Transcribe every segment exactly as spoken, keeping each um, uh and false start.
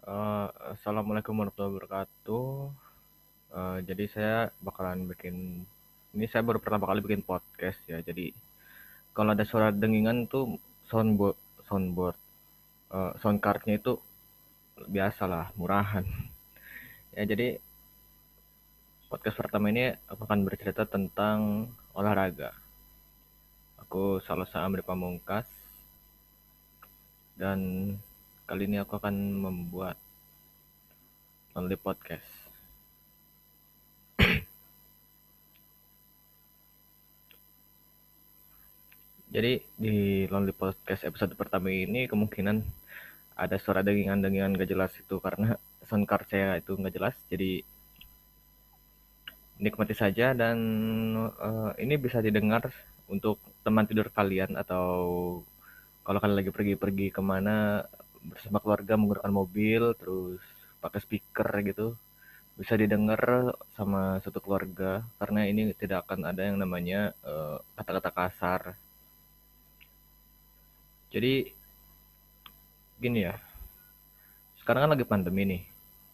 Eee, Assalamualaikum warahmatullahi wabarakatuh. Eee, jadi saya bakalan bikin ini saya baru pertama kali bikin podcast ya. Jadi kalau ada suara dengingan tuh soundboard soundboard eee, sound card-nya itu biasalah murahan. Ya jadi podcast pertama ini aku akan bercerita tentang olahraga. Aku Salsa Amri Pamungkas dan kali ini aku akan membuat only podcast. Jadi di Lonely Podcast episode pertama ini kemungkinan ada suara dengingan-dengingan gak jelas itu karena sound card saya itu gak jelas. Jadi nikmati saja dan uh, ini bisa didengar untuk teman tidur kalian atau kalau kalian lagi pergi-pergi kemana bersama keluarga menggunakan mobil terus pakai speaker gitu bisa didengar sama satu keluarga karena ini tidak akan ada yang namanya uh, kata-kata kasar. Jadi gini ya, sekarang kan lagi pandemi nih,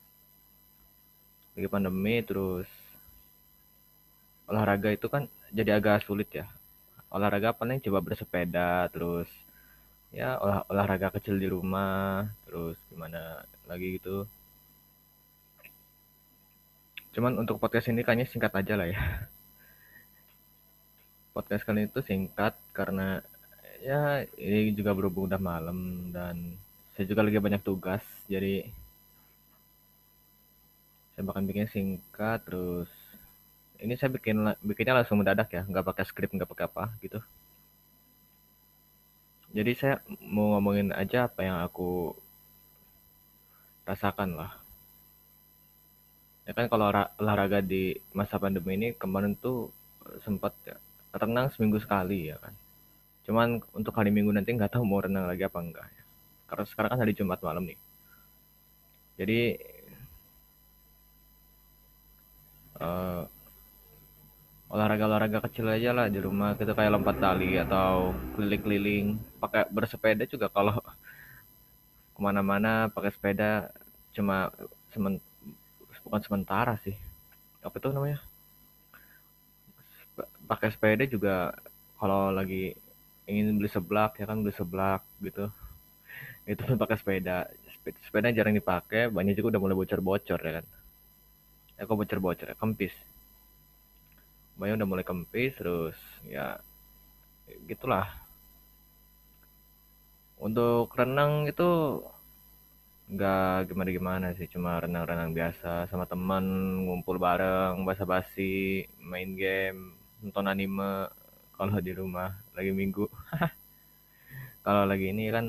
lagi pandemi terus olahraga itu kan jadi agak sulit ya. Olahraga paling coba bersepeda, terus ya olah olahraga kecil di rumah, terus gimana lagi gitu. Cuman untuk podcast ini kayaknya singkat aja lah ya. Podcast kali itu singkat karena ya ini juga berhubung udah malam dan saya juga lagi banyak tugas, jadi saya bakal bikin singkat terus ini saya bikin bikinnya langsung mendadak ya, nggak pakai skrip, nggak pakai apa gitu. Jadi saya mau ngomongin aja apa yang aku rasakan lah. Ya kan kalau olahraga di masa pandemi ini kemarin tuh sempat ya, renang seminggu sekali ya kan. Cuman untuk hari Minggu nanti nggak tahu mau renang lagi apa enggak ya. Karena sekarang kan hari Jumat malam nih. Jadi eh, olahraga-olahraga kecil aja lah di rumah kita kayak lompat tali atau keliling-keliling. Pakai bersepeda juga kalau kemana-mana pakai sepeda cuma semen, bukan sementara sih. Apa itu namanya? Pakai sepeda juga kalau lagi ingin beli seblak ya kan beli seblak gitu itu pun pakai sepeda. Sepeda jarang dipakai banyak juga udah mulai bocor-bocor ya kan ya kok bocor-bocor ya kempis banyak udah mulai kempis terus ya gitulah. Untuk renang itu nggak gimana-gimana sih cuma renang-renang biasa sama teman ngumpul bareng basa-basi main game nonton anime kalau di rumah lagi minggu. Kalau lagi ini kan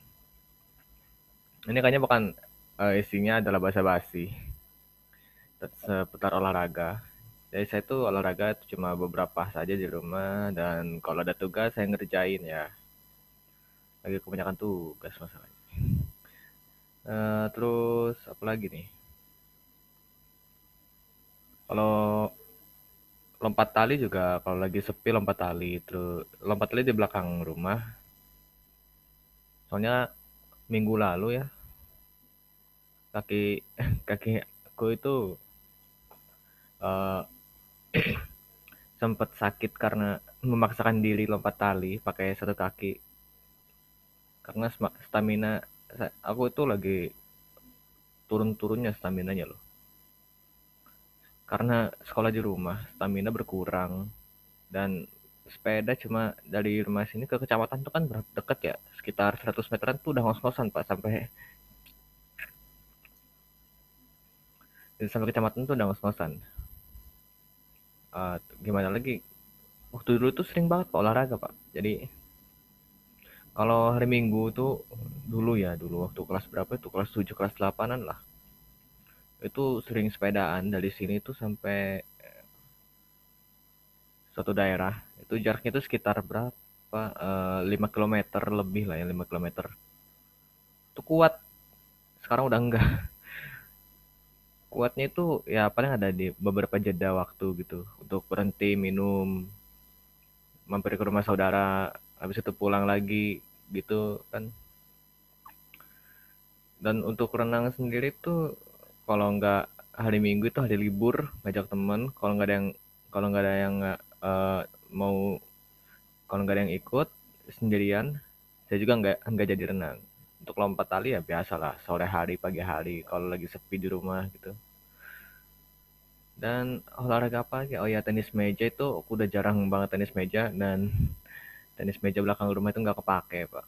ini kayaknya bukan uh, isinya adalah basa-basi seputar olahraga. Jadi saya tuh olahraga tuh cuma beberapa saja di rumah dan kalau ada tugas saya ngerjain ya. Lagi kebanyakan tugas masalahnya. Eh, terus apa lagi nih? Kalau lompat tali juga kalau lagi sepi lompat tali terus lompat tali di belakang rumah. Soalnya minggu lalu ya kaki kaki aku itu eh, sempat sakit karena memaksakan diri lompat tali pakai satu kaki karena stamina aku itu lagi turun-turunnya staminanya loh. Karena sekolah di rumah, stamina berkurang dan sepeda cuma dari rumah sini ke kecamatan tuh kan berapa deket ya? Sekitar seratus meteran tuh udah ngos-ngosan Pak sampai sampai kecamatan tuh udah ngos-ngosan. Uh, gimana lagi? Waktu dulu tuh sering banget Pak olahraga Pak. Jadi kalau hari Minggu tuh dulu ya dulu waktu kelas berapa itu kelas tujuh kelas delapan lah. Itu sering sepedaan dari sini tuh sampai suatu daerah itu jaraknya itu sekitar berapa uh, lima kilometer lebih lah ya lima kilometer itu kuat sekarang udah enggak. Kuatnya itu ya paling ada di beberapa jeda waktu gitu untuk berhenti minum mampir ke rumah saudara habis itu pulang lagi gitu kan Dan untuk renang sendiri tuh kalau nggak hari Minggu itu hari libur ngajak temen, kalau nggak ada yang kalau nggak ada yang nggak eh, mau kalau nggak ada yang ikut sendirian, saya juga nggak nggak jadi renang. Untuk lompat tali ya biasa lah sore hari pagi hari kalau lagi sepi di rumah gitu. Dan olahraga apa lagi? Oh ya, tenis meja itu aku udah jarang banget tenis meja, dan tenis meja belakang rumah itu nggak kepake pak.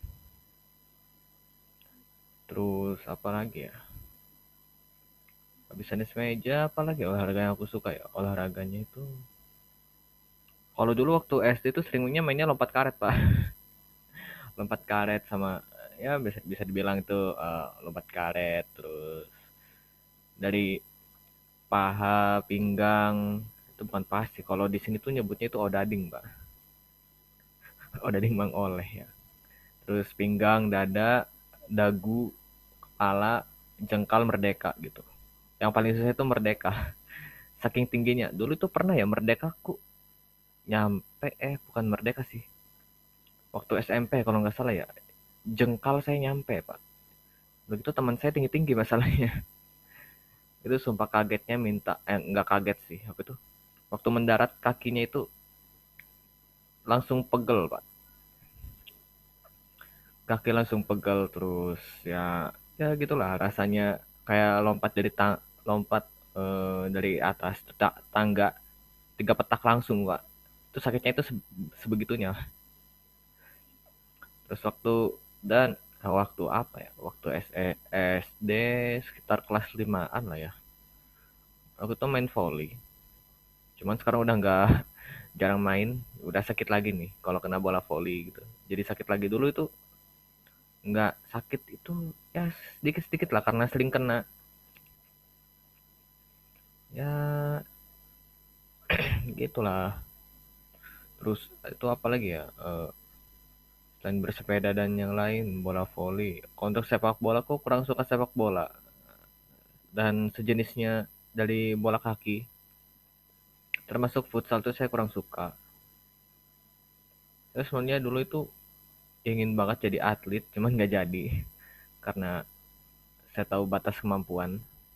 Terus apa lagi ya? Habis tenis meja apa lagi olahraga yang aku suka ya? Olahraganya itu kalau dulu waktu S D itu seringnya mainnya lompat karet pak. Lompat karet sama ya bisa bisa dibilang itu uh, lompat karet, terus dari paha pinggang, itu bukan pasti kalau di sini tuh nyebutnya itu odading pak. Odading mang oleh ya. Terus pinggang, dada, dagu, kepala, jengkal, merdeka gitu. Yang paling susah itu merdeka. Saking tingginya. Dulu itu pernah ya merdeka aku nyampe, eh bukan merdeka sih. Waktu S M P kalau nggak salah ya. Jengkal saya nyampe pak. Begitu teman saya tinggi-tinggi masalahnya. Itu sumpah kagetnya minta, eh nggak kaget sih. Apa itu? Waktu mendarat kakinya itu langsung pegel pak. Kaki langsung pegel, terus ya ya gitulah rasanya kayak lompat dari tang lompat eh, dari atas ta- tangga tiga petak langsung pak. Itu sakitnya itu se- sebegitunya. Terus waktu dan nah, waktu apa ya, waktu S E, S D sekitar kelas limaan lah ya, aku tuh main volley. Cuman sekarang udah nggak, jarang main, udah sakit lagi nih kalau kena bola volley gitu. Jadi sakit lagi. Dulu itu nggak sakit itu ya sedikit sedikit lah karena sering kena. Ya gitulah. Terus itu apa lagi ya, eh, selain bersepeda dan yang lain, bola voli. Kalau untuk sepak bola aku kurang suka sepak bola dan sejenisnya dari bola kaki, termasuk futsal tuh saya kurang suka. Terus sebenarnya dulu itu ingin banget jadi atlet cuman nggak jadi karena saya tahu batas kemampuan.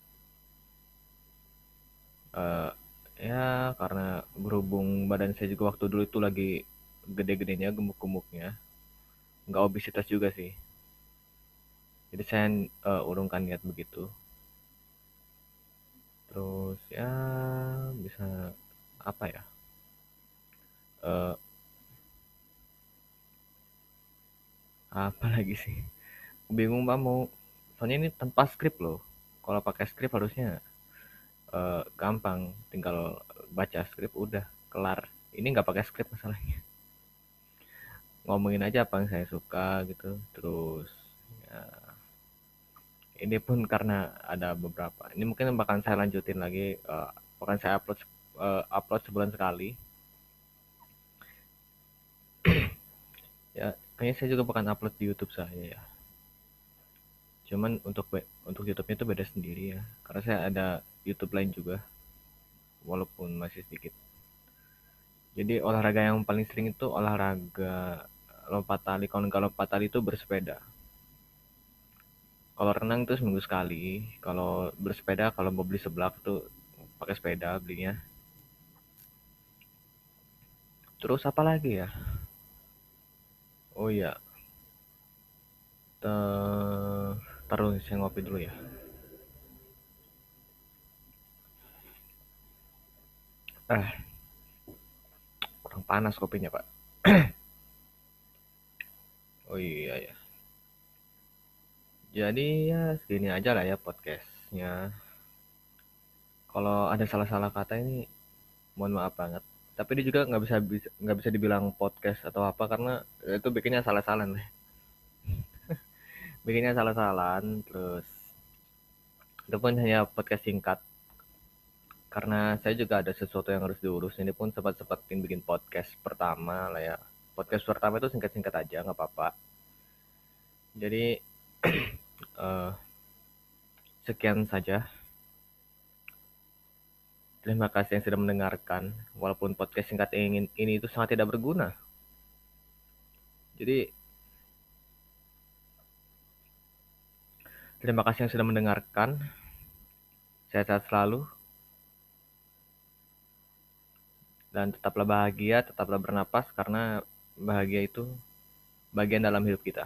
Eh, ya karena berhubung badan saya juga waktu dulu itu lagi gede-gedenya, gemuk-gemuknya, nggak obesitas juga sih. Jadi saya eh, urungkan niat begitu. Terus ya bisa apa ya, eh, apa lagi sih, bingung mbak mau, soalnya ini tanpa skrip loh. Kalau pakai skrip harusnya eh, gampang, tinggal baca skrip udah kelar. Ini nggak pakai skrip masalahnya, ngomongin aja apa yang saya suka gitu. Terus ya, ini pun karena ada beberapa, ini mungkin bakal saya lanjutin lagi, eh, bahkan saya upload eh, upload sebulan sekali. Ya kayaknya saya juga bakal upload di YouTube saya ya. Cuman untuk untuk YouTube-nya itu beda sendiri ya. Karena saya ada YouTube lain juga, walaupun masih sedikit. Jadi olahraga yang paling sering itu olahraga lompat tali. Kalau nggak lompat tali itu bersepeda. Kalau renang itu seminggu sekali. Kalau bersepeda, kalau mau beli seblak tuh pakai sepeda belinya. Terus apa lagi ya? Oh iya, Te- taruh saya ngopi dulu ya. Ah, kurang panas kopinya pak. Oh iya ya. Jadi ya segini aja lah ya podcastnya. Kalau ada salah-salah kata ini mohon maaf banget. Tapi dia juga nggak bisa nggak bisa dibilang podcast atau apa karena itu bikinnya salah-salah nih. Bikinnya salah-salah terus itu pun hanya podcast singkat karena saya juga ada sesuatu yang harus diurus. Ini pun sempat sempatin bikin podcast pertama lah ya. Podcast pertama itu singkat-singkat aja nggak apa-apa. Jadi eh, sekian saja. Terima kasih yang sudah mendengarkan. Walaupun podcast singkat ini, ini itu sangat tidak berguna. Jadi Terima kasih yang sudah mendengarkan. Sehat-sehat selalu dan tetaplah bahagia, tetaplah bernapas karena bahagia itu bagian dalam hidup kita.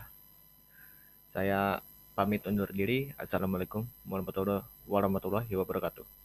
Saya pamit undur diri. Assalamualaikum warahmatullahi wabarakatuh.